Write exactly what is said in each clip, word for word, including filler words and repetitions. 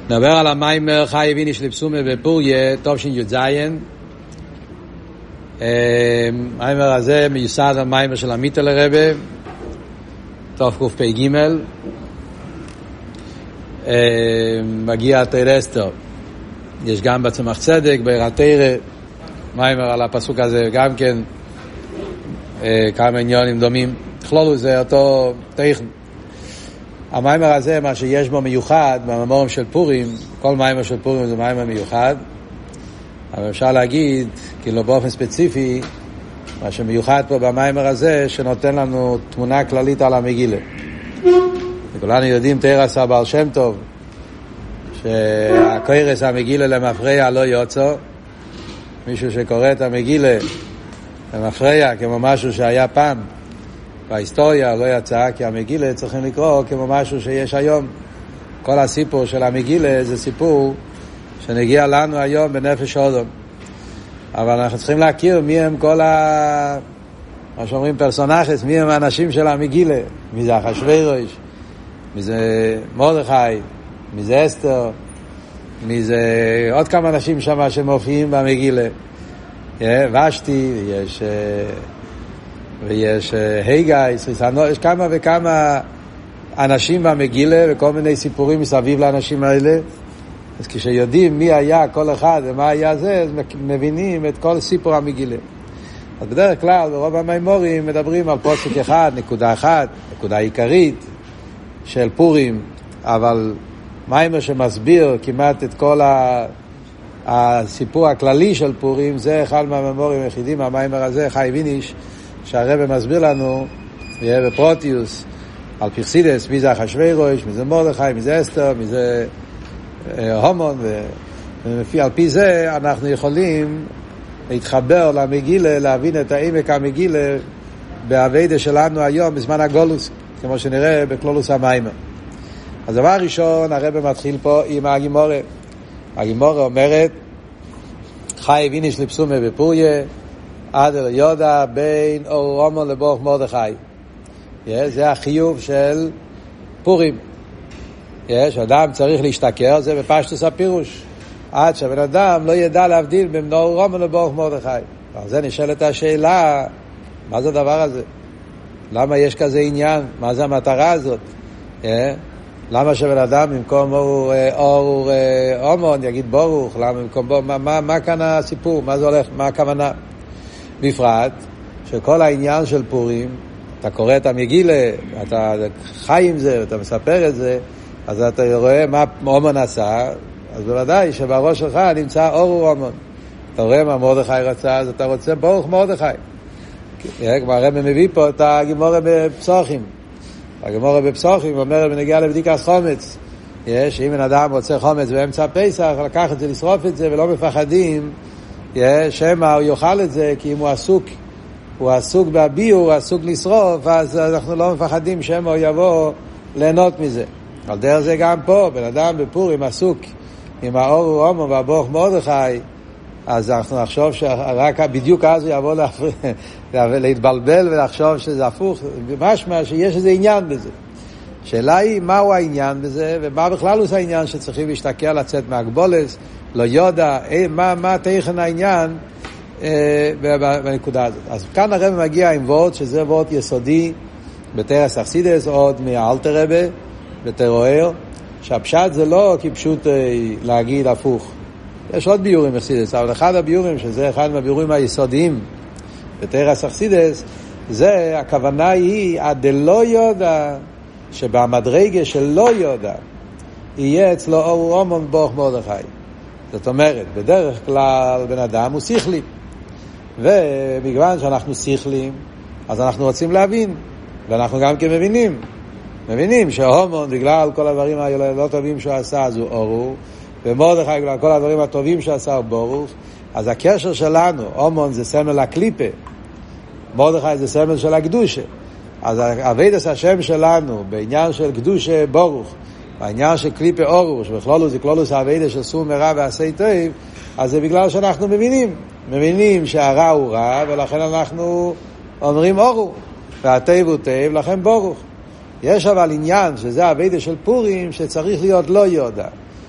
נדבר על המיימר חי ויניש לפסומה בפוריה, תופשין י"ז. המיימר הזה מיוסד המיימר של המיטל הרבה, תקפ"ג. מגיע תרא אסתר. יש גם בצמח צדק, בעיר תרא, מיימר על הפסוק הזה, גם כן כמה עניונים דומים. כלולו זה אותו טכן. המיימר הזה, מה שיש בו מיוחד, במאמרים של פורים, כל מיימר של פורים זה מיימר מיוחד, אבל אפשר להגיד, כאילו באופן ספציפי, מה שמיוחד פה במיימר הזה, שנותן לנו תמונה כללית על המגילה. וכולנו יודעים, תרס הבעל שם טוב, שהקורס המגילה למפרע לא יוצא, מישהו שקורא את המגילה למפרע כמו משהו שהיה פעם, בהיסטוריה לא יצא, כי המגילה צריכים לקרוא כמו משהו שיש היום. כל הסיפור של המגילה זה סיפור שנגיע לנו היום בנפש אודום. אבל אנחנו צריכים להכיר מי הם כל ה... מה שאומרים פרסונאחס, מי הם האנשים של המגילה. מי זה אחשוורוש, מי זה מרדכי, מי זה אסתר, מי זה עוד כמה אנשים שם שמופיעים במגילה. ושתי, יש... ויש היגייס, יש כמה וכמה אנשים במגילה וכל מיני סיפורים מסביב לאנשים האלה. אז כשיודעים מי היה כל אחד ומה היה זה, אז מבינים את כל סיפור המגילה. אז בדרך כלל ברוב המיימורים מדברים על פוסק אחד, נקודה אחת, נקודה עיקרית של פורים, אבל מיימר שמסביר כמעט את כל הסיפור הכללי של פורים, זה אחד מהמיימורים היחידים, המיימר הזה, חי ויניש, שהרבא מסביר לנו בפרוטיוס על פרסידס, מי זה אחשוורוש, מי זה מרדכי, מי זה אסתר, מי זה הומן, ועל פי זה אנחנו יכולים להתחבר למגילה, להבין את העמק המגילה בעבודה שלנו היום בזמן הגולוס, כמו שנראה בכלולוס המיימר. אז דבר ראשון, הרבא מתחיל פה עם הגימורה. הגימורה אומרת, חי ויניש לפסומה בפוריה, עד אל יודע בין אור הומן לברוך מרדכי. זה החיוב של פורים. יש אדם צריך להשתכר, זה בפשטוס הפירוש. עד שהבן אדם לא ידע להבדיל בין אור הומן לברוך מרדכי. על זה נשאלת השאלה, מה זה הדבר הזה? למה יש כזה עניין? מה זה המטרה הזאת? למה שבן אדם במקום אור אור הומן יגיד ברוך? למה במקום ברוך? מה, מה, מה כאן הסיפור? מה זה הולך? מה הכוונה? בפרט שכל העניין של פורים, אתה קורא את המגילה, אתה חי עם זה, אתה מספר את זה, אז אתה רואה מה הומן עשה, אז בוודאי שבראש שלך נמצא אור הומן. אתה רואה מה מרדכי רצה, אז אתה רוצה ברוך מרדכי. כמו הרב מביא פה את הגימורה בפסוחים. הגימורה בפסוחים אומר בנגיע לבדיקת חומץ, שאם בן אדם רוצה חומץ באמצע פסח, לקח את זה, לשרוף את זה, ולא מפחדים שמה הוא יאכל את זה, כי אם הוא עסוק, הוא עסוק בהביאו, הוא עסוק לשרוף, אז אנחנו לא מפחדים שמה הוא יבוא ליהנות מזה. על דרך זה גם פה, בן אדם בפורים עסוק עם האור הומן והברוך מרדכי, אז אנחנו נחשוב שרק בדיוק אז הוא יבוא להתבלבל ולחשוב שזה הפוך, משמע שיש איזה עניין בזה. שאלה היא מהו העניין בזה, ומה בכלל הוא זה העניין שצריכים להשתכר לצאת מהגבולס, לא יודע, אי, מה, מה תכן העניין אה, בנקודה הזאת. אז כאן הרב מגיע עם וורט, שזה וורט יסודי, בתרס אכסידס, עוד מהאלטר רבה, בתרוער, שהפשט זה לא כפשוט אה, להגיד הפוך. יש עוד ביורים אכסידס, אבל אחד הביורים, שזה אחד מהביורים היסודיים, בתרס אכסידס, זה, הכוונה היא, עד לא יודע, שבמדרגה של לא יודע, יהיה אצלו אור הומן ברוך מרדכי. זאת אומרת, בדרך כלל בן אדם הוא שכלי, ובגלל שאנחנו שכלים, אז אנחנו רוצים להבין, ואנחנו גם כן מבינים, מבינים שההומן בגלל כל הדברים הלא טובים שהוא עשה, אז הוא אור, ומרדכי בגלל כל הדברים הטובים שהוא עשה הוא ברוך. אז הקשר שלנו, הומן זה סמל הקליפה, מרדכי זה סמל של הקדושה. אז עבודת השם שלנו בעניין של קדושה ברוך, בעניין של קליפה אורו, שבכלולו זה כלולוס העבודה של סור מרע ועשה טוב, אז זה בגלל שאנחנו מבינים, מבינים שהרע הוא רע, ולכן אנחנו אומרים אורו, והטוב הוא טוב, לכן ברוך. יש אבל עניין שזה העבודה של פורים שצריך להיות לא יודע,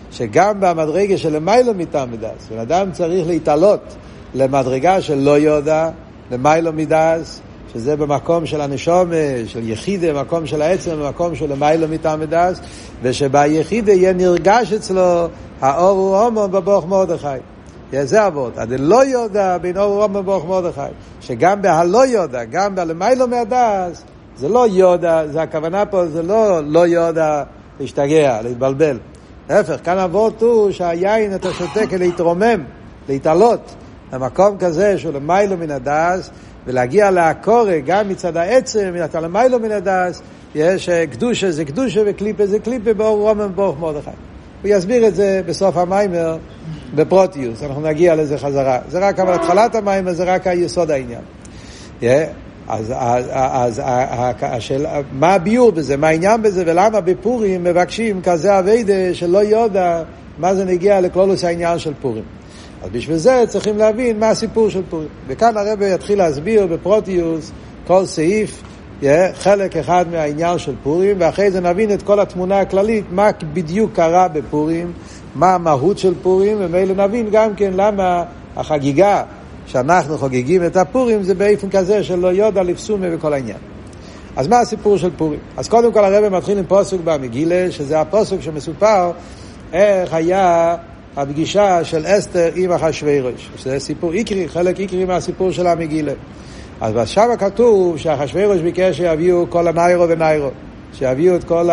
שגם במדרגה של למיילו מטעם מדס, בן אדם צריך להתעלות למדרגה של לא יודע, למיילו מדס, שזה במקום של הנשום, של יחידה, במקום של העצם, במקום של למיילו מטעם מדס, ושביחידה יהיה נרגש אצלו האור הוא הומו בברוך מרדכי. זה אבות, עד לא יודע בין אור הוא הומו בברוך מרדכי, שגם בהלא יודע, גם בלמיילו מדס, זה לא יודע, זה הכוונה פה, זה לא לא יודע להשתגע, להתבלבל. להפך, כאן אבות הוא שהיין אתה שותה כדי להתרומם, להתעלות, למקום כזה שהוא למיילו מן הדס, ולהגיע לעקורה גם מצד העצם, אתה למיילו מן הדס, יש קדושה זה קדושה וקליפה זה קליפה באור רומם ברוך מרדכי. הוא יסביר את זה בסוף המיימר בפרוטיוס, אנחנו נגיע לזה חזרה. זה רק אבל התחלת המיימר, זה רק היסוד העניין. Yeah. אז, אז, אז השאלה, מה הביור בזה, מה העניין בזה, ולמה בפורים מבקשים כזה עבודה שלא יודע מה זה נגיע לכלולוס העניין של פורים. אז בשביל זה צריכים להבין מה הסיפור של פורים. וכאן הרב יתחיל להסביר בפרוטיוס כל סעיף, חלק אחד מהעניין של פורים, ואחרי זה נבין את כל התמונה הכללית, מה בדיוק קרה בפורים, מה המהות של פורים, ומילא נבין גם כן למה החגיגה שאנחנו חוגגים את הפורים זה באופן כזה שלא יודע לפסומה וכל העניין. אז מה הסיפור של פורים? אז קודם כל הרב מתחיל עם פסוק במגילה, שזה הפסוק שמסופר איך היה הפגישה של אסתר עם אחשוורוש. זה סיפור עיקרי, חלק עיקרי מהסיפור של המגילה. אז שם כתוב שאחשוורוש ביקש שיביאו כל הניירו וניירו, שיביאו את כל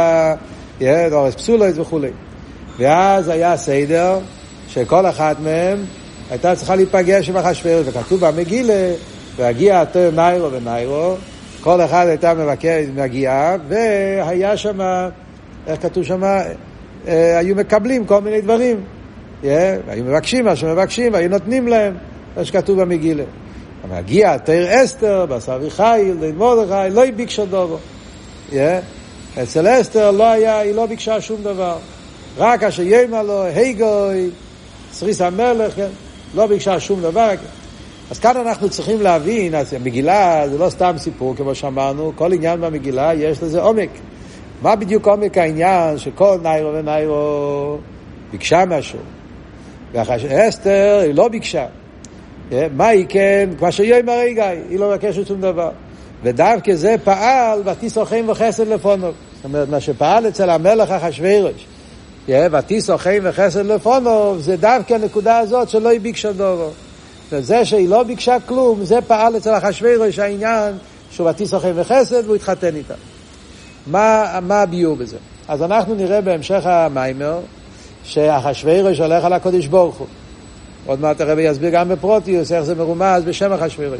הפסולת וכו'. ואז היה סדר שכל אחת מהם הייתה צריכה להיפגש עם אחשוורוש, וכתוב במגילה, והגיע יותר ניירו וניירו, כל אחד הייתה מגיעה, והיה שם, איך כתוב שם, היו מקבלים כל מיני דברים. היו מבקשים מה שמבקשים, והיו נותנים להם, זה שכתוב במגילה. מגיע יותר אסתר, בשר וחיל, דין מרדכי, לא ביקשה דבר. אצל אסתר לא היה, היא לא ביקשה שום דבר. רק אשר יאמר לו, היי גוי, שריס המלך, לא ביקשה שום דבר. אז כאן אנחנו צריכים להבין, המגילה זה לא סתם סיפור, כמו שאמרנו, כל עניין במגילה יש לזה עומק. מה בדיוק עומק העניין שכל ניירו וניירו ביקשה משהו? ואסתר היא לא ביקשה. מה היא כן? כמו שיום הרגע, היא לא מבקשת שום דבר. ודווקא זה פעל ותיסו חיים וחסד לפונו. זאת אומרת, מה שפעל אצל המלך אחשוורוש, ותיסו חיים וחסד לפונו, זה דווקא הנקודה הזאת שלא היא ביקשה דבר. וזה שהיא לא ביקשה כלום, זה פעל אצל אחשוורוש העניין שהוא ותיסו חיים וחסד והוא התחתן איתה. מה, מה הביור בזה? אז אנחנו נראה בהמשך המיימר שאחשוורוש הולך על הקדוש ברוך הוא. עוד מעט הרב יסביר גם בפרוטיוס איך זה מרומז בשם אחשוורוש.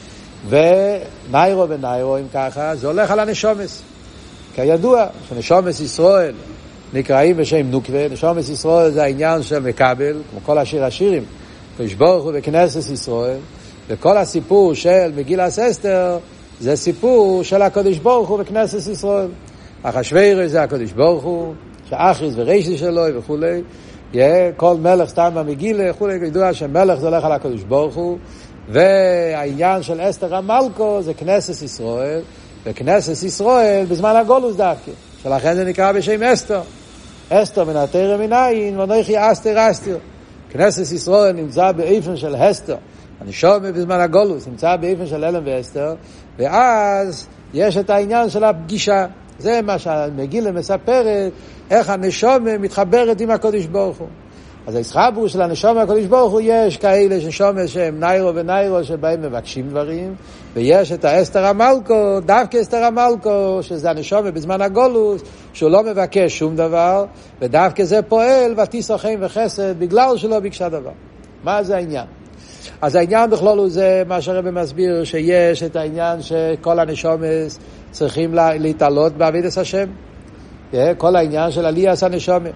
וניירו וניירו, אם ככה, זה הולך על הנשומס. כידוע, שנשומס ישראל נקראים בשם נוקווה. נשומס ישראל זה העניין של מקבל, כמו כל השיר השירים, קדוש ברוך הוא וכנסת ישראל. וכל הסיפור של מגילת אסתר זה סיפור של הקדוש ברוך הוא וכנסת ישראל. אחשוורוש זה הקדוש ברוך הוא, שאחריס ורישי שלו וכו'. כל מלך סתם במגילה וכו'. ידוע שמלך זה הולך על הקדוש ברוך הוא. והעניין של אסתר המלכו זה כנסת ישראל, וכנסת ישראל בזמן הגולוס דווקא, שלכן זה נקרא בשם אסתר. אסתר מן התורה מן העין, ואנוכי אסתר אסתר. כנסת ישראל נמצא באופן של אסתר, הנשמה בזמן הגולוס נמצא באופן של אלם ואסתר, ואז יש את העניין של הפגישה. זה מה שהמגילה מספרת, איך הנשמה מתחברת עם הקדוש ברוך הוא. אז ההתחברות של הנשמה הקדוש ברוך הוא, יש כאלה שנשמה שהם ניירו וניירו שבהם מבקשים דברים, ויש את האסתר המלכו, דווקא אסתר המלכו, שזה הנשמה בזמן הגולוס, שהוא לא מבקש שום דבר, ודווקא זה פועל ותיסו חיים וחסד בגלל שלא ביקשה דבר. מה זה העניין? אז העניין בכלול הוא זה מה שהרב מסביר, שיש את העניין שכל הנשומות צריכים להתעלות בעבודת השם. כל העניין של עליית הנשמה.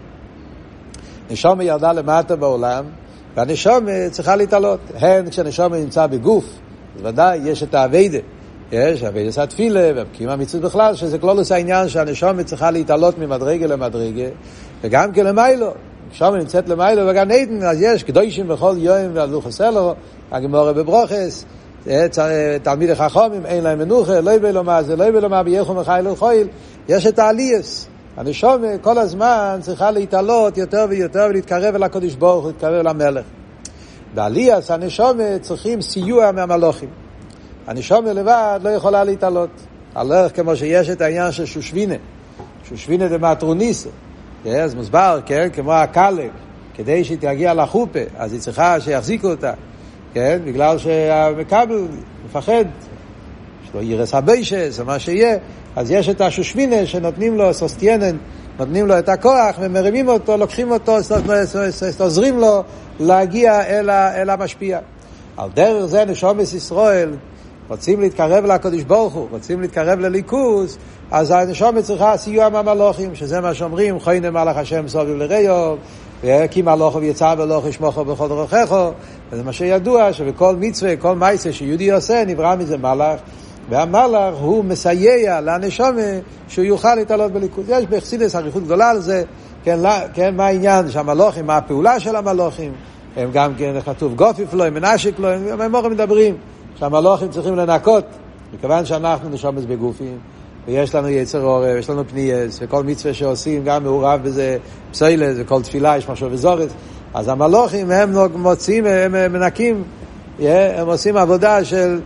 נשמה ירדה למטה בעולם, והנשמה צריכה להתעלות. הן כשהנשמה נמצא בגוף, אז ודאי יש את העבודה. יש עבודת התפילה והבקיעים המצוות בכלל, שזה כלולוס העניין שהנשמה צריכה להתעלות ממדרגה למדרגה, וגם כלמיילו. הנשמה נמצאת למיילו וגם עדן, אז יש קדושים בכל יום ועלו חסלו, הגמורה בברוכס, תלמידי חכמים, אין להם מנוחה, לא יביא לו מה זה, לא יביא לו מה בייחו מחיל ולחויל. יש את העלייס. הנשום כל הזמן צריכה להתעלות יותר ויותר ולהתקרב אל הקדוש ברוך הוא, להתקרב אל המלך. בעליית הנשום צריכים סיוע מהמלוכים. הנשום לבד לא יכולה להתעלות. על ערך כמו שיש את העניין של שושבינה. שושבינה דמטרוניסה. אז מוסבר, כן? כמו הקלב. כדי שהיא תגיע לחופה, אז היא צריכה שיחזיקו אותה. כן? בגלל שהמקבל מפחד. יש לו ירס הביישס או מה שיהיה. אז יש את השושבינה שנותנים לו סוסטיינן, נותנים לו את הכוח ומרימים אותו, לוקחים אותו, עוזרים לו להגיע אל, אל המשפיע. על דרך זה נשומת ישראל, רוצים להתקרב לקדוש ברוך הוא, רוצים להתקרב לליכוז, אז הנשומת צריכה סיוע מהמלוכים, שזה מה שאומרים, חיינה מלאך השם סביב לרעיו, כי מלאכו יצא ולוך ישמוכו בכל דרכיכו, וזה מה שידוע, שבכל מצווה, כל מעשה שיהודי עושה, נברא מזה מלאך, והמלאך הוא מסייע לנשמה שהוא יוכל להתעלות בליכוז. יש בחסידות אריכות גדולה על זה, כן, כן, מה העניין שהמלאכים, מה הפעולה של המלאכים, הם גם כן כתוב גופיף לו, מנשק לו, הם אמורים מדברים, שהמלאכים צריכים לנקות, מכיוון שאנחנו נשומס בגופים, ויש לנו יצר אור, יש לנו פנייס, וכל מצווה שעושים גם מעורב בזה פסוילס, וכל תפילה יש משהו וזורץ, אז המלאכים הם מוצאים, הם מנקים, הם עושים עבודה של...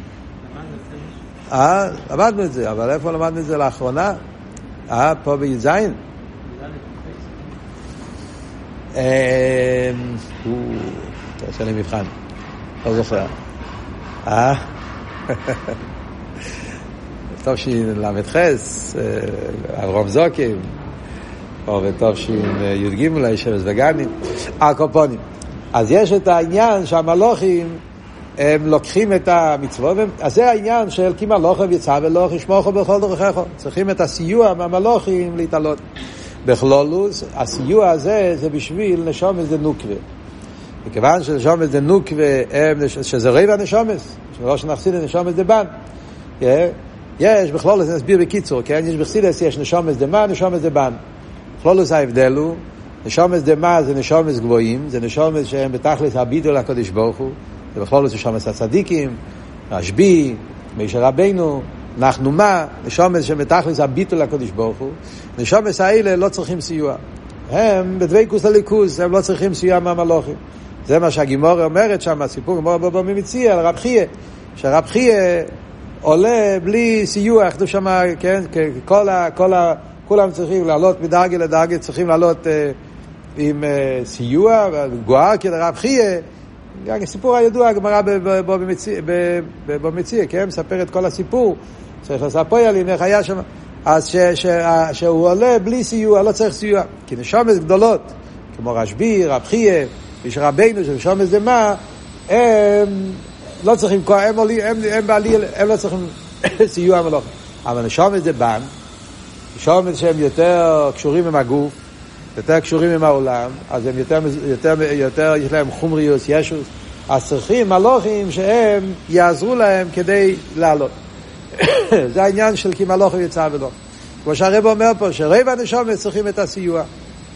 אה, למדנו את זה, אבל איפה למדנו את זה לאחרונה? אה, פה בי"זין? אה, הוא... תעשה לי מבחן. לא זוכר. אה? טוב שלמדחס, אברהם זוקים, או וטוב שי"ג אולי שבס וגנים, הקופונים. אז יש את העניין שהמלאכים הם לוקחים את המצוות, אז זה העניין של כי מלאכו יצא ולוך ישמוכו בכל דרכיכו. צריכים את הסיוע מהמלאכים להתעלות. בכלולוס, הסיוע הזה זה בשביל נשומת דנוקווה. מכיוון שנשומת דנוקווה, שזה רבע נשומת, שלא שנחסיד נשומת דבן. יש, בכלולוס, נסביר בקיצור, יש בחסידות, יש נשומת דמה, נשומת דבן. בכלולוס ההבדל הוא, נשומת דמה זה נשומת גבוהים, זה נשומת שהם בתכלס הביטול לקדוש ברוך הוא, זה בכלולוס נשומת הצדיקים, רשב"י, משה רבנו, אנחנו מה, נשומת שבתכלס הביטול לקדוש ברוך הוא, נשומת האלה לא צריכים סיוע. הם בדבקות לליכוז, הם לא צריכים סיוע מהמלאכים. זה מה שהגימורה אומרת שם, הסיפור גמורה בבא מציעא על רב חייא, שרב חייא עולה בלי סיוע, כתוב שם, כן, כל ה, כל ה, כולם צריכים לעלות מדרגה לדרגה, צריכים לעלות אה, עם אה, סיוע, גואר כדרב חייא, הסיפור הידוע, הגמרא בבא מציעא, כן, מספר את כל הסיפור, צריך לספר עליהם איך היה שם, אז ש, ש, שהוא עולה בלי סיוע, לא צריך סיוע, כי נשומת גדולות, כמו רשב"י, רב חייא, יש רבנו של נשומת דמה, הם לא צריכים, הם, הם, הם, בעלי, הם לא צריכים סיוע מלאכים. אבל נשומת דבן, נשומת שהם יותר קשורים עם הגוף, יותר קשורים עם העולם, אז הם יותר, יותר, יותר, יש להם חומריוס, ישוס, אז צריכים מלאכים שהם יעזרו להם כדי לעלות. זה העניין של כי מלאכים יצא ולא. כמו שהרב אומר פה, שרב הנשומת צריכים את הסיוע.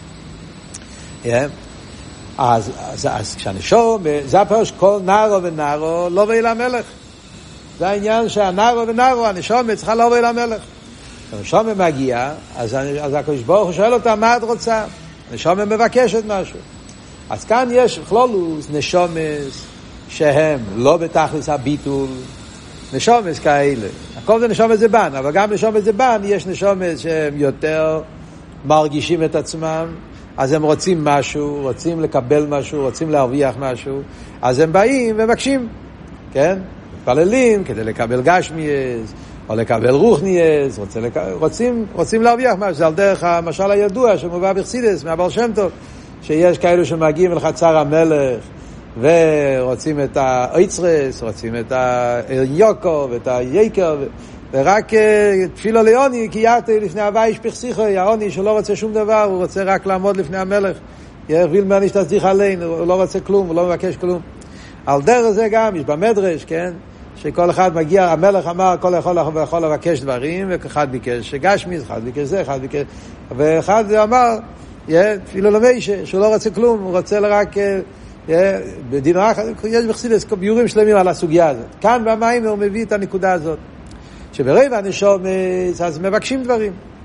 Yeah. אז, אז, אז כשהנשום, זה הפרש כל נערו ונערו לא בא אל המלך. זה העניין שהנערו ונערו, הנשום צריכה לא בא אל המלך. כשהנשום מגיע, אז, אז הקדוש ברוך הוא שואל אותה, מה את רוצה? הנשום מבקשת משהו. אז כאן יש כלולוס נשומס שהם לא בתכלס הביטול, נשומס כאלה. הכל זה נשומס זה בן, אבל גם נשומס זה בן, יש נשומס שהם יותר מרגישים את עצמם, אז הם רוצים משהו, רוצים לקבל משהו, רוצים להרוויח משהו, אז הם באים ומבקשים, כן? מתפללים כדי לקבל גשמיאס, או לקבל רוחניאס, רוצה לק... רוצים, רוצים להרוויח משהו, זה על דרך המשל הידוע שמובא בחסידות, מהבעל שם טוב, שיש כאלו שמגיעים אל חצר המלך, ורוצים את האיצרס, רוצים את היוקו, ואת היקר, ו... ורק תפילו ליוני, כי יעתי לפני הווי שפכסיכו, יעוני שלא רוצה שום דבר, הוא רוצה רק לעמוד לפני המלך, ירביל מרניש תצדיך עלינו, הוא לא רוצה כלום, הוא לא מבקש כלום. על דרך זה גם, יש במדרש, כן, שכל אחד מגיע, המלך אמר, כל יכול, יכול לבקש דברים, ואחד ביקש גשמי, אחד ביקש זה, אחד ביקש, ואחד אמר, תפילו למישה, שהוא לא רוצה כלום, הוא רוצה רק, בדין רח, יש בחסידות ביורים שלמים על הסוגיה הזאת. כאן במים הוא מביא את הנקודה הזאת. שברבע הנשומס, אז מבקשים דברים.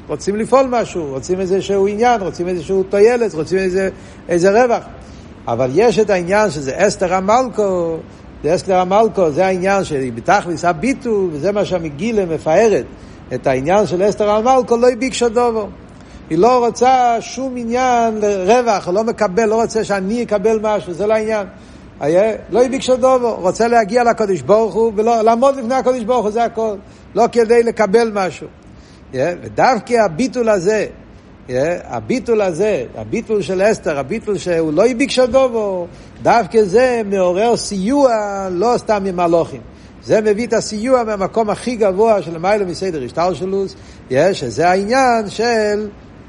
רוצים לפעול משהו, רוצים איזשהו עניין, רוצים איזשהו תועלת, רוצים איזה, איזה רווח. אבל יש את העניין שזה אסתר המלכו, זה אסתר המלכו, זה העניין שהיא בתכלס הביטול, וזה מה שהמגילה מפארת, את העניין של אסתר המלכו, לא ביקשה דובו. היא לא רוצה שום עניין לרווח, לא מקבל, לא רוצה שאני אקבל משהו, זה לא העניין. לא ביקשה דובו, רוצה להגיע לקדוש ברוך הוא, ולעמוד לפני הקדוש ברוך הוא, זה הכל. לא כדי לקבל משהו. ודווקא הביטול הזה, הביטול הזה, הביטול של אסתר, הביטול שהוא לא ביקשה דובו, דווקא זה מעורר סיוע, לא סתם עם מלוכים. זה מביא את הסיוע מהמקום הכי גבוה של מיילו מסדר השתלשלות, שזה העניין של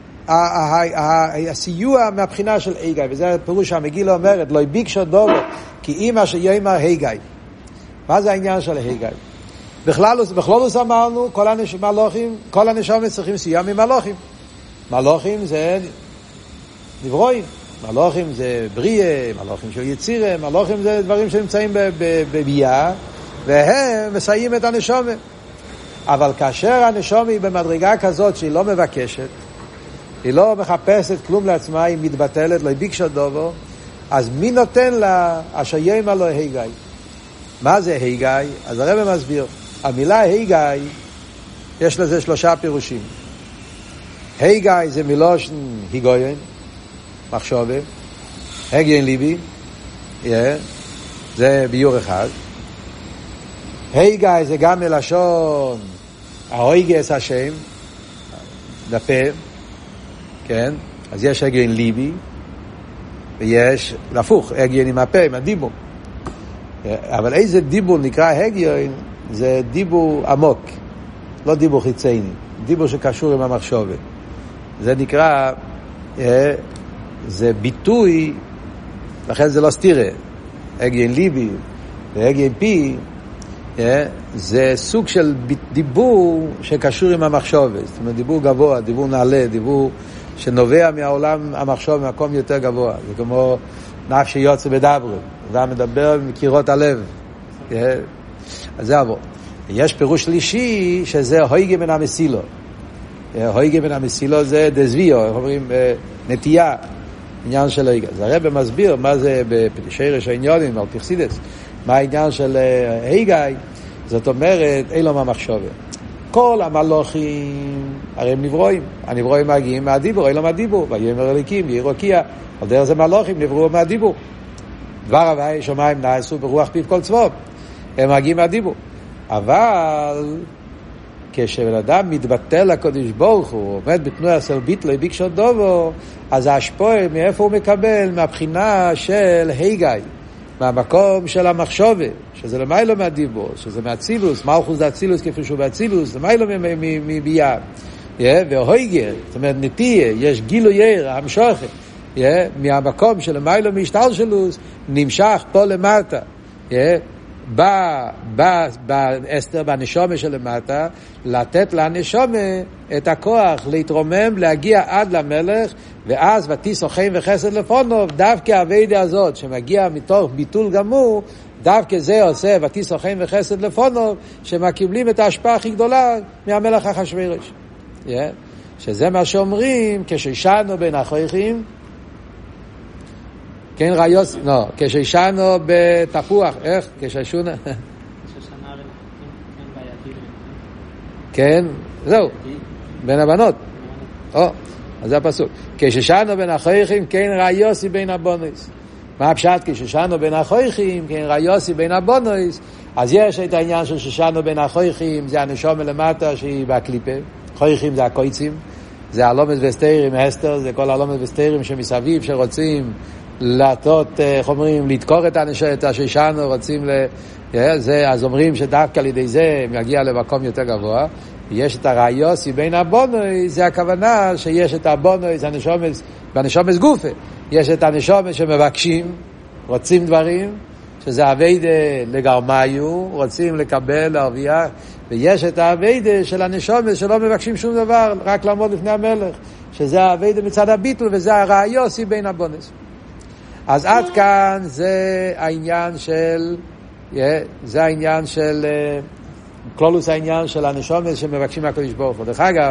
הסיוע מהבחינה של היגי, וזה הפירוש שהמגילה אומרת, לא ביקשה דובו, כי אימא שיאמר היגי. מה זה העניין של היגי? בכללוס, בכללוס אמרנו, כל המלוכים, כל הנשמים צריכים סיוע ממלוכים. מלוכים זה נברואים, מלוכים זה בריאה, מלוכים של יצירה, מלוכים זה דברים שנמצאים בבייה, והם מסייעים את הנשמה. אבל כאשר הנשמה היא במדרגה כזאת שהיא לא מבקשת, היא לא מחפשת כלום לעצמה, היא מתבטלת, לא ביקשה דובו, אז מי נותן לה אשר יאמר לו היגי? מה זה היגי? אז הרב מסביר, המילה היגי יש לזה שלושה פירושים. היגי זה מלושן היגויין, מחשבה, הגיין ליבי, yeah, זה ביור אחד. היגי זה גם מלשון ההויגס השם, לפה, כן? אז יש הגיין ליבי, ויש להפוך, הגיין עם הפה, עם הדיבור. אבל איזה דיבור נקרא הגיין? זה דיבור עמוק, לא דיבור חיצייני, דיבור שקשור עם המחשבה. זה נקרא, זה ביטוי, לכן זה לא סתירה. הגיין ליבי והגיין פי, זה סוג של דיבור שקשור עם המחשבה. זאת אומרת, דיבור גבוה, דיבור נעלה, דיבור שנובע מהעולם המחשוב, מהמקום יותר גבוה. זה כמו נפש יוצא בדברו, זה מדבר מקירות הלב. אז זה עבור. יש פירוש שלישי שזה הויגה מן המסילו. הויגה מן המסילו זה דזביו, אומרים נטייה, עניין של הויגה. אז הרב מסביר מה זה בשרש העניונים, על פרסידס, מה העניין של היגי. זאת אומרת, אילו מהמחשבה. כל המלוכים, הרי הם נברואים. הנברואים מגיעים מהדיבור, אילו מהדיבור. ויאמר אליקים, וירוקיע. על דרך זה מלוכים נבראו מהדיבור. דבר הווי שמיים נעשו ברוח פיו כל צבוב. הם מגיעים מהדיבור. אבל כשבן אדם מתבטל לקדוש ברוך הוא, עומד בתנועה של ביטל ביקשה דובו, אז ההשפעה מאיפה הוא מקבל? מהבחינה של היגי, מהמקום של המחשבה, שזה למיילו מהדיבור, שזה מהצילוס, מלכוס זה הצילוס כפי שהוא בהצילוס, למיילו מבייה. והויגה, זאת אומרת נטייה, יש גילו יר, המשוכת, מהמקום של למיילו מהשתלשלות, נמשך פה למטה. בא, בא, בא אסתר בנשמה של למטה, לתת לנשמה את הכוח להתרומם, להגיע עד למלך, ואז ותיסו חיים וחסד לפונו, דווקא הווידה הזאת שמגיע מתוך ביטול גמור, דווקא זה עושה ותיסו חיים וחסד לפונו, שמקבלים את ההשפעה הכי גדולה מהמלך אחשוורוש. yeah. שזה מה שאומרים כששנו בין החייכים, כן ראיוס, לא, כששנו בתפוח, איך? כששונה? כן, זהו, בין הבנות. או, אז זה הפסוק. כששנו בין החייכים, כן ראיוסי בין הבונויס. מה הפשט? כששנו בין החייכים, כן ראיוסי בין הבונויס. אז יש את העניין של ששנו בין החייכים, זה הנשום למטה שהיא בהקליפה. חייכים זה הקויצים, זה הלומד וסתירים, אסתר, זה כל הלומד וסתירים שמסביב, שרוצים לעשות, איך אומרים, לדקור את את הששנו, רוצים ל... זה, אז אומרים שדווקא על ידי זה מגיע למקום יותר גבוה. יש את הראיוסי בין הבונוי, זה הכוונה שיש את הבונוי, זה הנשומס, בנשומס גופה. יש את הנשומס שמבקשים, רוצים דברים, שזה הווידה לגרמיו, רוצים לקבל, להרוויח, ויש את הווידה של הנשומס שלא מבקשים שום דבר, רק לעמוד לפני המלך, שזה הווידה מצד הביטול, וזה הראיוסי בין הבונוס. אז עד כאן זה העניין של, זה העניין של, כלולוס העניין של הנשומס שמבקשים מהקדוש ברוך הוא. דרך אגב,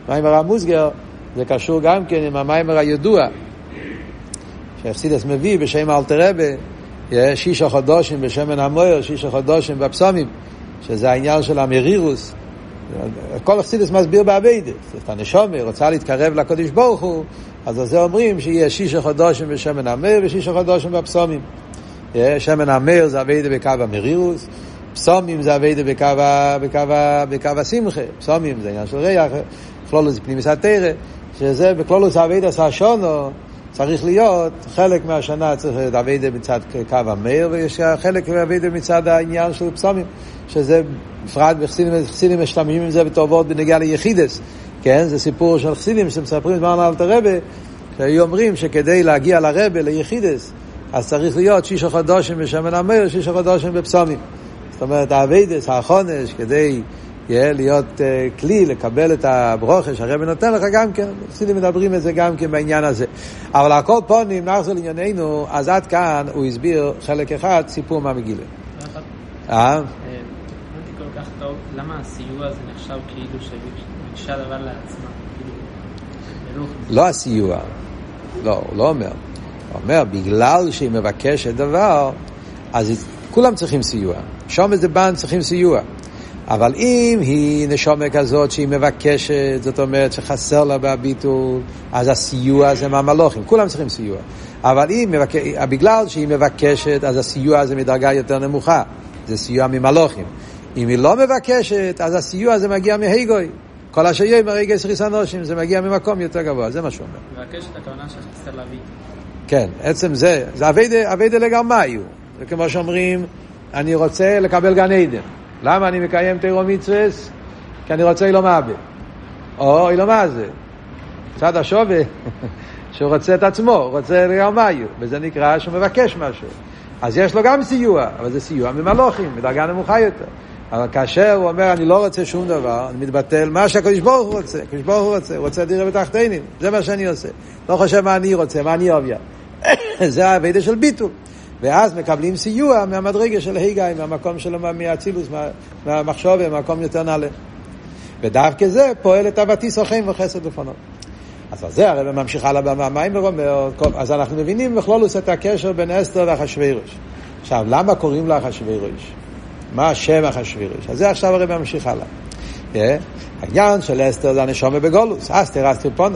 מיימר המוסגר, זה קשור גם כן עם המיימר הידוע, שהחסידס מביא בשם אלתר רבי, שישה חודשים בשמן המויר, שישה חודשים בפסומים, שזה העניין של המרירוס. כל החסידס מסביר בעבודת. את הנשמה רוצה להתקרב לקדוש ברוך הוא, אז על זה אומרים שיהיה שישה חודשים בשמן המויר ושישה חודשים בפסומים. שמן המויר זה עבודת בקו המרירוס, פסומים זה עבודת בקו, בקו, בקו השמחה. פסומים זה עניין של ריח, כלולוס פנימיס התורה, שזה בכלולוס עבודת השונו, צריך להיות חלק מהשנה צריך עבודה מצד קו המאיר, ויש חלק עבודה מצד העניין של פסומים, שזה בפרט בחסידים משתמשים עם זה בטובות בנגיעה ליחידס, כן? זה סיפור של חסידים שמספרים זמן על אלתר רבי, שהיו אומרים שכדי להגיע לרבי ליחידס, אז צריך להיות שישה חודשים בשמן המאיר, שישה חודשים בפסומים. זאת אומרת, העבודס, החונש, כדי להיות uh, כלי לקבל את הברוכה שהרבי נותן לך גם כן, חסידים מדברים את זה גם כן בעניין הזה. אבל הכל פונים, נחזור לענייננו, אז עד כאן הוא הסביר חלק אחד, סיפור מהמגילה. אה? הבנתי כל כך טוב, למה הסיוע הזה נחשב כאילו שביקשה דבר לעצמה? לא הסיוע, לא, הוא לא אומר. הוא אומר, בגלל שהיא מבקשת דבר, אז כולם צריכים סיוע. שום איזה בן צריכים סיוע. אבל אם היא נשמה כזאת שהיא מבקשת, זאת אומרת שחסר לה בביטול, אז הסיוע זה מהמלוכים, כולם צריכים סיוע. אבל אם מבק... בגלל שהיא מבקשת, אז הסיוע זה מדרגה יותר נמוכה, זה סיוע ממלוכים. אם היא לא מבקשת, אז הסיוע זה מגיע מהיגוי. כל השיים הרגע סריס אנושים, זה מגיע ממקום יותר גבוה, זה מה שהוא אומר. מבקשת הכוונה שחסר להביא. כן, עצם זה, זה עבודה, עבודה לגרמיו. זה כמו שאומרים, אני רוצה לקבל גן עדן. למה אני מקיים תורה מצוות? כי אני רוצה אילו מעבה. או אילו מה זה? צד השווה, שהוא רוצה את עצמו, הוא רוצה לגרמיו, וזה נקרא שהוא מבקש משהו. אז יש לו גם סיוע, אבל זה סיוע ממלוכים, בדרגה נמוכה יותר. אבל כאשר הוא אומר, אני לא רוצה שום דבר, אני מתבטל מה שהקדוש ברוך הוא רוצה. הקדוש ברוך הוא רוצה, הוא רוצה דירה בתחתינים. זה מה שאני עושה. לא חושב מה אני רוצה, מה אני אוהב. זה העבודה של ביטול. ואז מקבלים סיוע מהמדרגה של היגאי, מהמקום שלו, מהצילוס, מהמחשוב, מהמקום יותר נעלה. ודווקא זה פועל את הבטיס רחם וחסד לפנות. אז זה הרי ממשיך הלאה במים ואומר, אז אנחנו מבינים בכלולוס את הקשר בין אסתר ואחשוורוש. עכשיו, למה קוראים לה אחשוורוש? מה השם אחשוורוש? אז זה עכשיו הרי ממשיך הלאה. העניין של אסתר זה הנשמה בגולוס, אסתר אסתר פונה.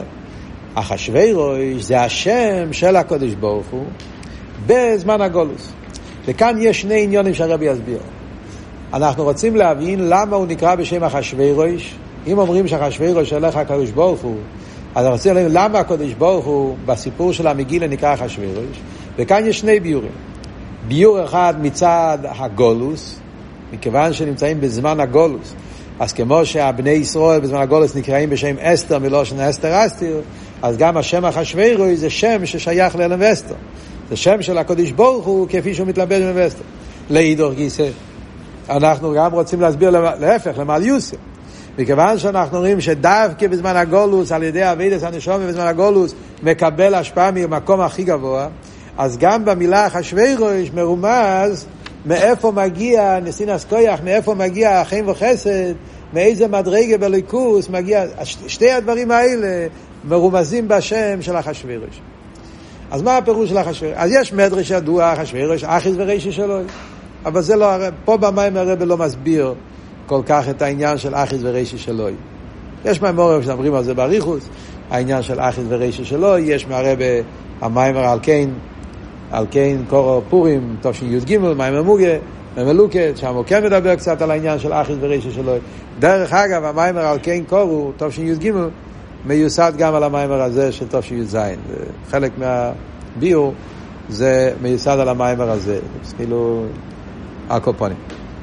אחשוורוש זה השם של הקדוש ברוך הוא, בזמן הגולוס. וכאן יש שני עניונים שהרבי יסביר. אנחנו רוצים להבין למה הוא נקרא בשם אחשוורוש. אם אומרים שאחשוורוש הולך הקדוש ברוך הוא, אז אנחנו רוצים להבין למה הקדוש ברוך הוא בסיפור של המגילה נקרא אחשוורוש. וכאן יש שני ביורים. ביור אחד מצד הגולוס, מכיוון שנמצאים בזמן הגולוס, אז כמו שהבני ישראל בזמן הגולוס נקראים בשם אסתר מלושן אסתר אסתר, אז גם השם אחשוורוש זה שם ששייך לאלם ואסתר. זה שם של הקדוש ברוך הוא כפי שהוא מתלבש במבסטר. להידור גיסא. אנחנו גם רוצים להסביר להפך, למעל יוסף. מכיוון שאנחנו רואים שדווקא בזמן הגולוס, על ידי עבודת הנשמה בזמן הגולוס, מקבל השפעה מהמקום הכי גבוה, אז גם במילה אחשוורוש מרומז מאיפה מגיע נסינס כוח, מאיפה מגיע חן וחסד, מאיזה מדרגה בליכוס מגיע. שתי הדברים האלה מרומזים בשם של אחשוורוש. אז מה הפירוש של אחשוורוש? אז יש מדרש ידוע, אחשוורוש, אחיס ורישי שלו. אבל זה לא, פה במים הרב לא מסביר כל כך את העניין של אחיס ורישי שלו. יש מהמורים שמדברים על זה באריכוס, העניין של אחיס ורישי שלו, יש מהרב המים על כן, על כן קורו פורים, טוב שי"ג, מים המוגה, ממלוקת, שם הוא כן מדבר קצת על העניין של אחיס ורישי שלו. דרך אגב, המים על כן קורו, טוב שי"ג, מיוסד גם על המיימר הזה של טוב שי"ז. חלק מהביור זה מיוסד על המיימר הזה. כאילו, הקופונים.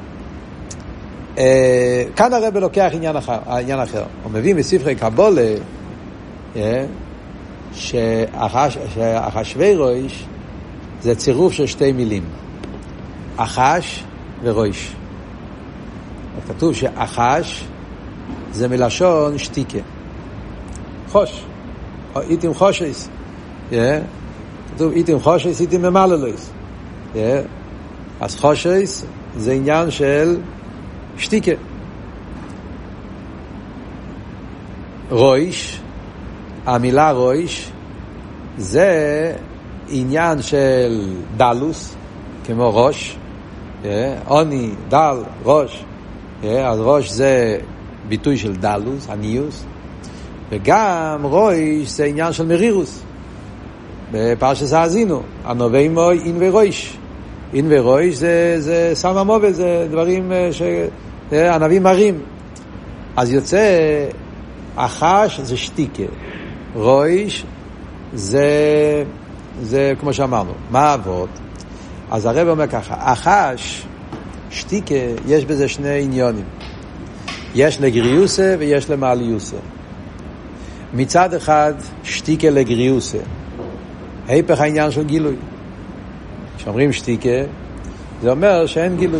כאן הרב לוקח עניין אחר, עניין אחר. הוא מביא מספרי קבולה שאחשוורוש זה צירוף של שתי מילים. אחש ורוש. כתוב שאחש זה מלשון שתיקה. חוש, איתם חושס, כתוב איתם חושס, איתם ממללויס. אז חושס זה עניין של שתיקה. רויש, המילה רויש זה עניין של דלוס, כמו ראש, עוני, דל, ראש, אז ראש זה ביטוי של דלוס, הניוס, וגם רויש זה עניין של מרירוס. בפרשת האזינו, הנובעים מוי אין ורויש. אין ורויש זה, זה סם מובל, זה דברים שהנביאים מראים. אז יוצא, החש זה שתיקה, רויש זה, זה כמו שאמרנו, מה עבוד? אז הרב אומר ככה, החש, שתיקה, יש בזה שני עניונים. יש לגריוסה ויש למעליוסה. מצד אחד, שתיקה לגריוסה. היפך העניין של גילוי. כשאומרים שתיקה, זה אומר שאין גילוי.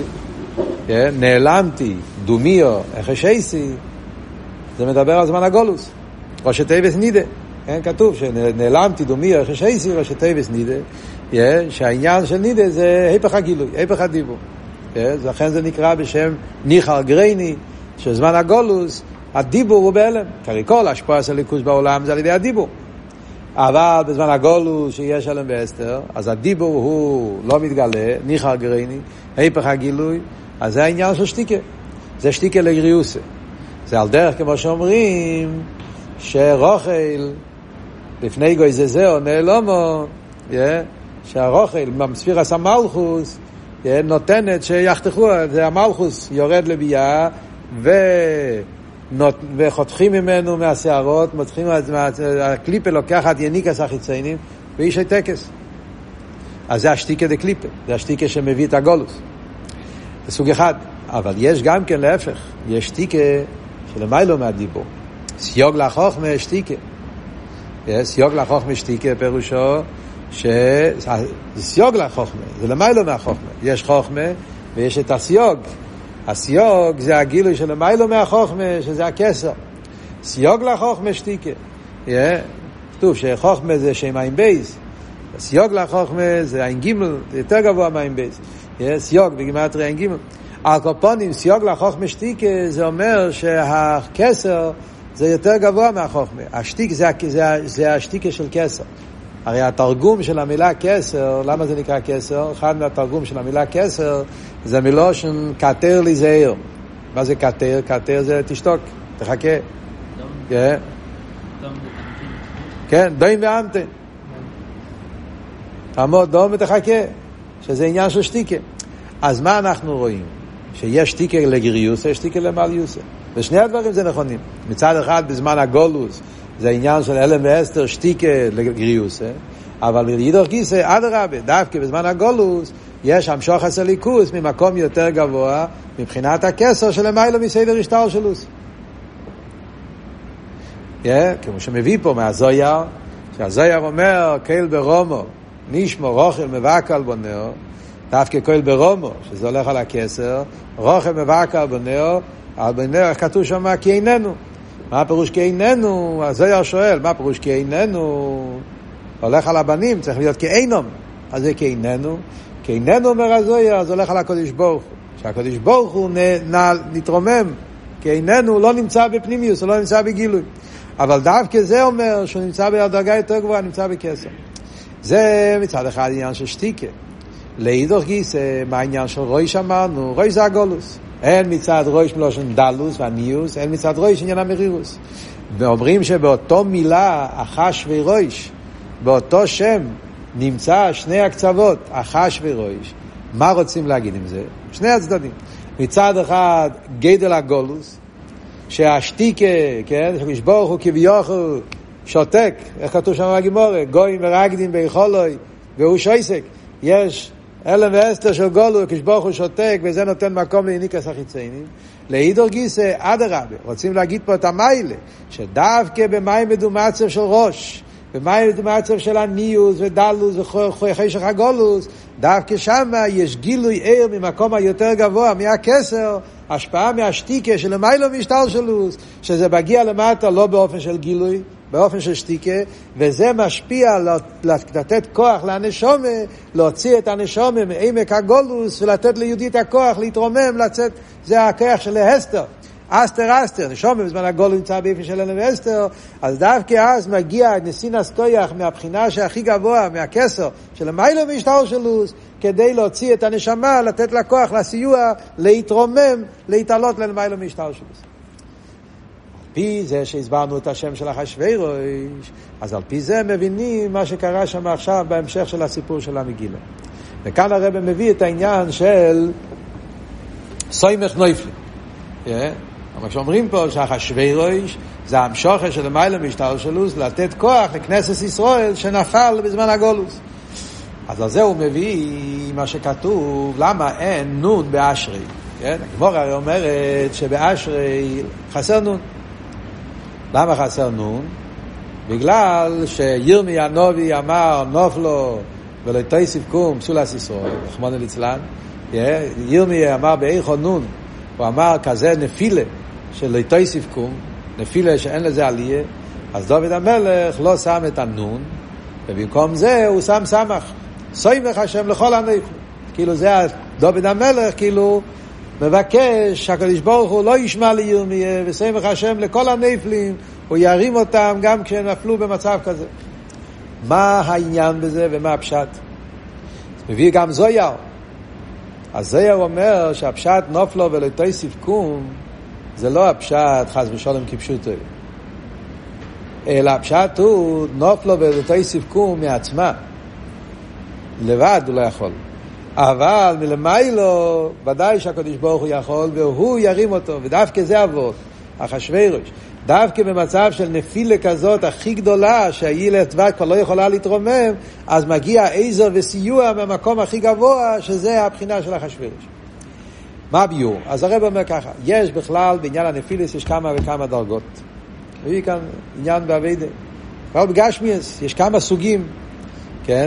נעלמתי, דומיו, החשייסי, זה מדבר על זמן הגולוס. ראשי תיבס נידה. כן, כתוב שנעלמתי, דומיו, החשייסי, ראשי תיבס נידה. שהעניין של נידה זה היפך הגילוי, היפך הדיבור. לכן זה נקרא בשם ניחר גרייני, שזמן הגולוס, הדיבור הוא בהלם. כרי כל השפוע של ליכוס בעולם זה על ידי הדיבור. אבל בזמן הגולוס שיש אלם ואסתר, אז הדיבור הוא לא מתגלה, ניחר גרייני, היפך הגילוי, אז זה העניין של שתיקה. זה שתיקה לגריוסה. זה על דרך כמו שאומרים, שרוכל, לפני גוי זה זה או נעלומו, שהרוכל, ספירס המלכוס, נותנת שיחתכו, זה המלכוס יורד לביאה, ו... וחותכים ממנו מהשערות, מותחים, הקליפה לוקחת יניקס החיציינים, ואיש הטקס. אז זה השתיקה דה קליפה, זה השתיקה שמביא את הגולוס. זה סוג אחד. אבל יש גם כן להפך, יש שתיקה שלמיילו מהדיבור. סיוג לחוכמה שתיקה. סיוג לחוכמה שתיקה פירושו, שזה סיוג לחוכמה, זה למיילו מהחוכמה. יש חוכמה ויש את הסיוג. הסיוג זה הגילוי של למיילו מהחוכמה, שזה הכסר. סיוג לחוכמה שתיקה. כתוב שחוכמה זה שם עין בייס. סיוג לחוכמה זה עין גימל, זה יותר גבוה מעין בייס. סיוג בגימטריה עין גימל. על קופונים, סיוג לחוכמה שתיקה, זה אומר שהכסר זה יותר גבוה מהחוכמה. השתיק זה, זה, זה השתיקה של כסר. הרי התרגום של המילה כסר, למה זה נקרא כסר? אחד מהתרגום של המילה כסר, זה מלושן קטר להיזהר. מה זה קטר? קטר זה תשתוק, תחכה. כן, כן, דוים ואמתן. תעמוד דום ותחכה, שזה עניין של שתיקה. אז מה אנחנו רואים? שיש שתיקה לגריוסה, יש שתיקה למעליוסה. ושני הדברים זה נכונים. מצד אחד, בזמן הגולוס, זה העניין של אלם ואסתר, שתיקה לגריוסה, אבל בידור גיסא, עד הרבה, דווקא בזמן הגולוס, יש המשוך הסליקוס ממקום יותר גבוה, מבחינת הכסר של המיילו מסדר השטר שלוס. Yeah, כמו שמביא פה מהזויר, שהזויר אומר, קהל ברומו, נשמו רוכל מבקל בונאו, דווקא קהל ברומו, שזה הולך על הכסר, רוכל מבקל בונאו, על בונאו, איך כתוב שם, כי איננו. מה הפירוש כי איננו? הזויר שואל, מה הפירוש כי איננו? הולך על הבנים, צריך להיות כי אינום. אז זה כי איננו. כי איננו אומר הזויר, אז הולך על הקודש ברוך הוא. שהקודש ברוך הוא נתרומם, כי איננו לא נמצא בפנימיוס, הוא לא נמצא בגילוי. אבל דווקא זה אומר שהוא נמצא בדרגה יותר גבוהה, נמצא בכסר. זה מצד אחד עניין של שתיקה. להידוך גיסא, מה העניין של רוי שאמרנו? רוי זה הגולוס. אין מצד רויש מלושן דלוס והניוס, אין מצד רויש עניין המרירוס. ואומרים שבאותו מילה, החש ורויש, באותו שם נמצא שני הקצוות, החש ורויש. מה רוצים להגיד עם זה? שני הצדדים. מצד אחד, גדל הגולוס, שהשתיקה, כן, שברוך הוא כביכול שותק, איך כתוב שם בגימורה, גויים ורקדים ביכולוי, והוא שויסק. יש אלם ואסתר של גולו, כשברוך הוא שותק, וזה נותן מקום ליניקס החיציינים. להידור גיסא, עד הרבה, רוצים להגיד פה את המיילה, שדווקא במים מדומצב של ראש, במים מדומצב של הניוס ודלוס וחשך הגולוס, דווקא שם יש גילוי עיר ממקום היותר גבוה, מהכסר, השפעה מהשתיקה של המיילו משטל שלוס, שזה מגיע למטה לא באופן של גילוי, באופן של שתיקה, וזה משפיע לתת כוח לאנשומה, להוציא את האנשומה מעמק הגולוס, ולתת ליהודי את הכוח להתרומם, לצאת, זה הכוח של ההסתר. אסתר אסתר, נשום בזמן הגול נמצא באיפן של אלם ואסתר, אז דווקא אז מגיע נסינס כוח מהבחינה שהכי גבוה, מהכסר, של המיילו משטר שלוס, כדי להוציא את הנשמה, לתת לה כוח, לסיוע, להתרומם, להתעלות למיילו משטר שלוס. פי זה שהסברנו את השם של אחשוורוש, אז על פי זה מבינים מה שקרה שם עכשיו בהמשך של הסיפור של המגילה. וכאן הרב מביא את העניין של סוימך נויפלים. אבל כשאומרים פה שאחשוורוש זה המשוכר של המיילו משטר שלוס, לתת כוח לכנסת ישראל שנפל בזמן הגולוס. אז על זה הוא מביא מה שכתוב, למה אין נון באשרי. הגמרא הרי אומרת שבאשרי חסר נון. למה חסר נון? בגלל שירמיה הנביא אמר נופלו ולא תוסיף קום פסולת ישראל, רחמנא ליצלן. ירמיה אמר באיכו נון, הוא אמר כזה נפילה שלא תוסיף קום, נפילה שאין לזה עלייה. אז דוד המלך לא שם את הנון, ובמקום זה הוא שם סמך, סוימך השם לכל הנפלים. כאילו זה דוד המלך כאילו מבקש שהקדוש ברוך הוא לא ישמע לירמיה, וסוימך השם לכל הנפלים, הוא ירים אותם גם כשהם נפלו במצב כזה. מה העניין בזה ומה הפשט? מביא גם זויר. אז זויר אומר שהפשט נופלו ולא תוסיף קום זה לא הפשט חס ושלום כפשוטו, אלא הפשט הוא נופלו ולא תוסיף קום מעצמה לבד הוא לא יכול, אבל מלמיילו ודאי שהקדוש ברוך הוא יכול והוא ירים אותו. ודווקא זה אבות אחשוורוש, דווקא במצב של נפילה כזאת הכי גדולה שהילד דבק כבר לא יכולה להתרומם, אז מגיע עזר וסיוע במקום הכי גבוה שזה הבחינה של אחשוורוש. מה ביור? אז הרב אומר ככה, יש בכלל בעניין הנפילס יש כמה וכמה דרגות. יש כאן עניין בעבודה, כבר בגשמיאס יש כמה סוגים, כן?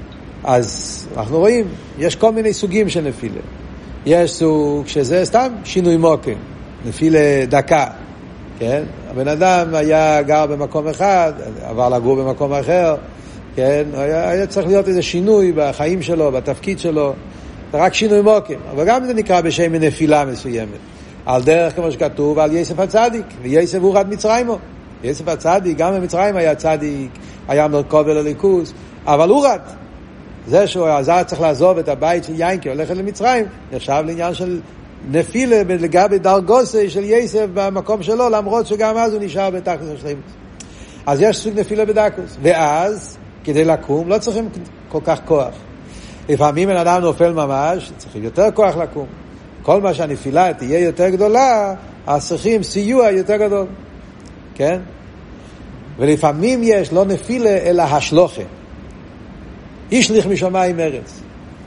אז אנחנו רואים יש כל מיני סוגים של נפילה. יש סוג שזה סתם שינוי מוקם, נפילה דקה, כן? הבן אדם היה גר במקום אחד, עבר לגור במקום אחר, כן? היה, היה צריך להיות איזה שינוי בחיים שלו, בתפקיד שלו, רק שינוי מוקם. אבל גם זה נקרא בשם נפילה מסוימת. על דרך כמו שכתוב על יוסף הצדיק, ויוסף הוא רד מצרימו. יוסף הצדיק, גם במצרים היה צדיק, היה מרכוב אל הליכוס, אבל הוא רד. זה שהוא עזר צריך לעזוב את הבית של יינקי, הולכת למצרים, נחשב לעניין של נפילה לגבי דרגוסי של יוסף במקום שלו, למרות שגם אז הוא נשאר בתחתית השלימות. אז יש סוג נפילה בדקוס, ואז כדי לקום לא צריכים כל כך כוח. לפעמים בן אדם נופל ממש, צריכים יותר כוח לקום. כל מה שהנפילה תהיה יותר גדולה, אז צריכים סיוע יותר גדול, כן? ולפעמים יש לא נפילה אלא השלוחה, ישליך משמיים ארץ,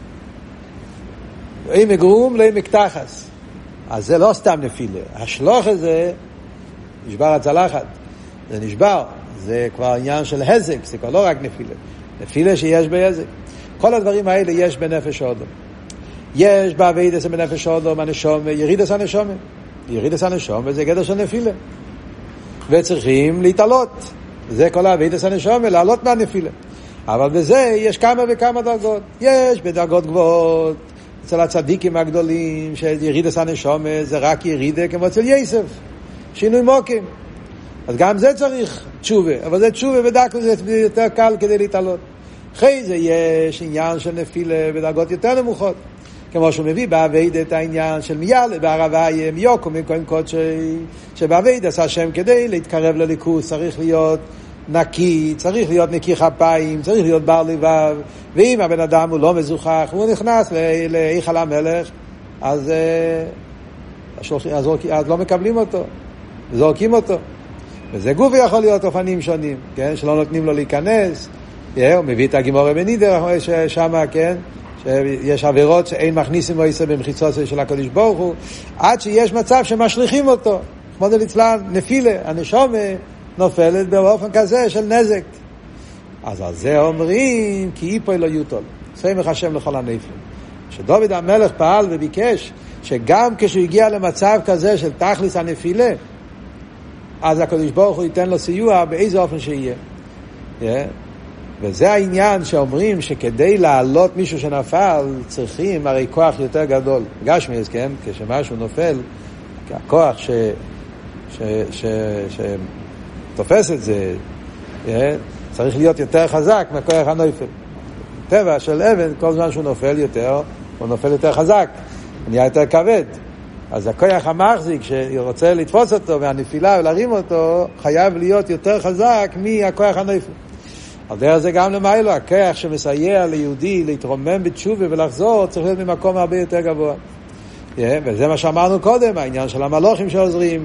ואם יגרום לא מקתחס. אז זה לא סתם נפילה, השלוח הזה נשבר הצלחת, זה נשבר, זה כבר עניין של הזק, זה כבר לא רק נפילה, נפילה שיש בהזק. כל הדברים האלה יש בנפש האדם. יש בעבודת בנפש האדם הנשום, ירידת הנשום, ירידת הנשום וזה גדר של נפילה, וצריכים להתעלות, זה כל העבודת הנשום, לעלות מהנפילה. אבל בזה יש כמה וכמה דרגות. יש בדרגות גבוהות אצל הצדיקים הגדולים שירידת הנשום זה רק ירידה כמו אצל יוסף, שינוי מוקים. אז גם זה צריך תשובה, אבל זה תשובה בדקות זה יותר קל כדי להתעלות. אחרי זה יש עניין של נפילה בדרגות יותר נמוכות, כמו שהוא מביא בעבודת העניין של מיאלה בערבי מיוקו ממקום קודשי, שבעבודת השם כדי להתקרב לליכוז צריך להיות נקי, צריך להיות נקי כפיים, צריך להיות בר לבב. ואם הבן אדם הוא לא מזוכח הוא נכנס להיכל המלך, אז, אז, אז לא מקבלים אותו, זורקים אותו. וזה גוף יכול להיות אופנים שונים, כן? שלא נותנים לו להיכנס. הוא מביא את הגמרא בנידר שמה, כן? שיש עבירות שאין מכניסים או יישא במחיצות של הקדוש ברוך הוא, עד שיש מצב שמשליכים אותו, כמו דליצלן, נפילה, הנשום נופלת באופן כזה של נזק. אז על זה אומרים כי איפוי לא יוטול, סמך השם לכל הנפלים. שדוד המלך פעל וביקש שגם כשהוא הגיע למצב כזה של תכליס הנפילה, אז הקדוש ברוך הוא ייתן לו סיוע באיזה אופן שיהיה. yeah. וזה העניין שאומרים שכדי לעלות מישהו שנפל צריכים הרי כוח יותר גדול. גשמיאס, כן? כשמשהו נופל, הכוח ש, ש, ש, ש, שתופס את זה, צריך להיות יותר חזק מהכוח הנופל. טבע של אבן, כל זמן שהוא נופל יותר, הוא נופל יותר חזק, הוא נהיה יותר כבד. אז הכוח המחזיק שרוצה לתפוס אותו מהנפילה ולהרים אותו, חייב להיות יותר חזק מהכוח הנופל. על דרך זה גם למיילו, הכוח שמסייע ליהודי להתרומם בתשובה ולחזור, צריך להיות ממקום הרבה יותר גבוה. וזה מה שאמרנו קודם, העניין של המלוכים שעוזרים,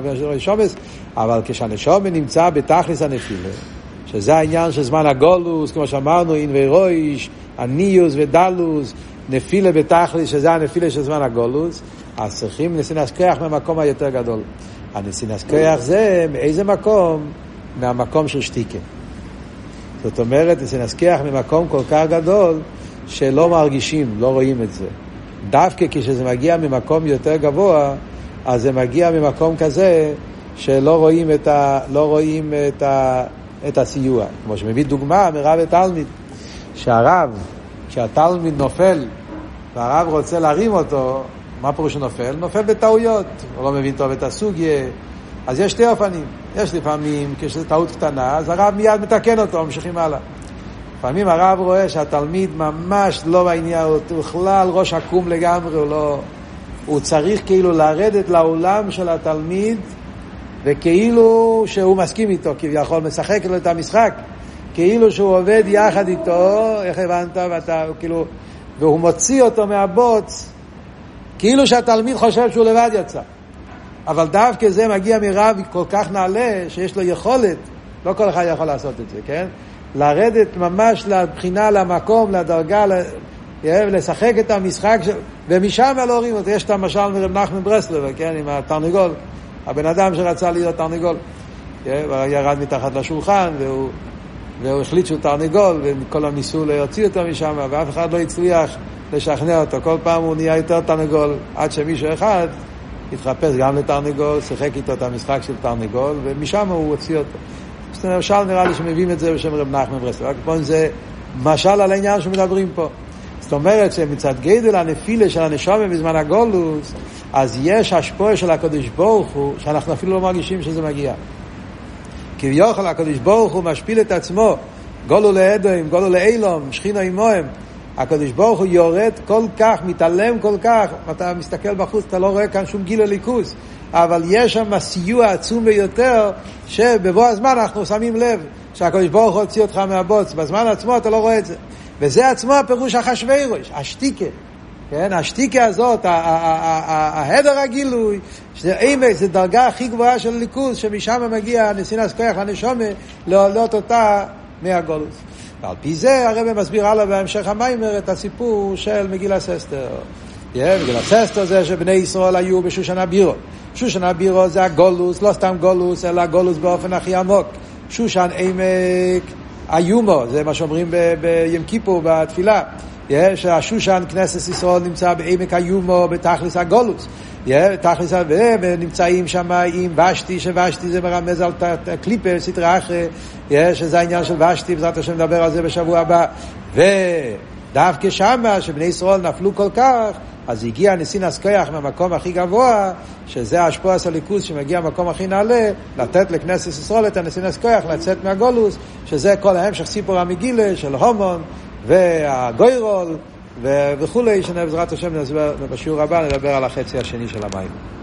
אבל כשהנשום נמצא בתכלס הנפילה, שזה העניין של זמן הגולוס, כמו שאמרנו, אין ורויש, הניוס ודלוס, נפילה בתכלס, שזה הנפילה של זמן הגולוס, אז צריכים נסינס כוח מהמקום היותר גדול. הנסינס כוח זה מאיזה מקום? מהמקום של שתיקה. זאת אומרת, נסינס כוח ממקום כל כך גדול, שלא מרגישים, לא רואים את זה. דווקא כשזה מגיע ממקום יותר גבוה, אז זה מגיע ממקום כזה, שלא רואים את ה, לא רואים את ה, את הסיוע. כמו שמביא דוגמה מרב ותלמיד, שהרב, כשהתלמיד נופל, והרב רוצה להרים אותו, מה פירוש נופל? נופל בטעויות, הוא לא מבין טוב את הסוגיה. אז יש שתי אופנים. יש לפעמים, כשזו טעות קטנה, אז הרב מיד מתקן אותו, ממשיכים הלאה. לפעמים הרב רואה שהתלמיד ממש לא בעניין, הוא בכלל ראש עקום לגמרי, הוא לא... הוא צריך כאילו לרדת לעולם של התלמיד, וכאילו שהוא מסכים איתו, כביכול משחק לו את המשחק, כאילו שהוא עובד יחד איתו, איך הבנת? ואתה, כאילו, והוא מוציא אותו מהבוץ, כאילו שהתלמיד חושב שהוא לבד יצא. אבל דווקא זה מגיע מרב כל כך נעלה, שיש לו יכולת, לא כל אחד יכול לעשות את זה, כן? לרדת ממש לבחינה, למקום, לדרגה, לשחק את המשחק, ומשם לא רואים אותו. יש את המשל מרב נחמן ברסלב, כן? עם התרנגול, הבן אדם שרצה להיות תרנגול, ירד מתחת לשולחן, והוא, והוא החליט שהוא תרנגול, וכל הניסו להוציא אותו משם, ואף אחד לא הצליח לשכנע אותו. כל פעם הוא נהיה יותר תרנגול, עד שמישהו אחד התחפש גם לתרנגול, שיחק איתו את המשחק של תרנגול, ומשם הוא הוציא אותו. זאת אומרת, משל נראה לי שמביאים את זה בשם רב נחמן ברסלב. רק פה זה משל על העניין שמדברים פה. זאת אומרת שמצד גדל הנפילה של הנשמה בזמן הגולוס, אז יש השפעה של הקדוש ברוך הוא, שאנחנו אפילו לא מרגישים שזה מגיע. כביכול הקדוש ברוך הוא משפיל את עצמו, גולו לאדוים, גולו לאילום, שכינה עמוהם. הקדוש ברוך הוא יורד כל כך, מתעלם כל כך, אתה מסתכל בחוץ, אתה לא רואה כאן שום גיל הליכוס, אבל יש שם סיוע עצום ביותר, שבבוא הזמן אנחנו שמים לב, שהקדוש ברוך הוא הוציא אותך מהבוץ, בזמן עצמו אתה לא רואה את זה. וזה עצמו הפירוש אחשוורוש, השתיקה. כן, השתיקה הזאת, ההדר הגילוי, שזה אימא, זה דרגה הכי גבוהה של ליכוז, שמשם מגיע נסינס כוח לנשמה, להעלות אותה מהגולוס. ועל פי זה הרב מסביר הלאה בהמשך המיימר את הסיפור של מגילת אסתר. מגילת אסתר זה שבני ישראל היו בשושן הבירו. שושן הבירו זה הגולוס, לא סתם גולוס, אלא גולוס באופן הכי עמוק. שושן עמק איומו, זה מה שאומרים ביום כיפור בתפילה. שהשושן כנסת ישראל נמצא בעמק איומו בתכלס הגולוס. תכלס ונמצאים שם עם ושתי, שוושתי זה מרמז על קליפה, סתרה אחרי, שזה העניין של ושתי, בעזרת השם נדבר על זה בשבוע הבא. ודווקא שם שבני ישראל נפלו כל כך, אז הגיע נסינס כוח מהמקום הכי גבוה, שזה השפוע הסליקוס שמגיע מהמקום הכי נעלה, לתת לכנסת ישראל את הנסינס כוח לצאת מהגולוס, שזה כל ההמשך סיפור המגילה של הומון והגוירול וכולי, שבעזרת השם נדבר בשיעור הבא, נדבר על החצי השני של המים.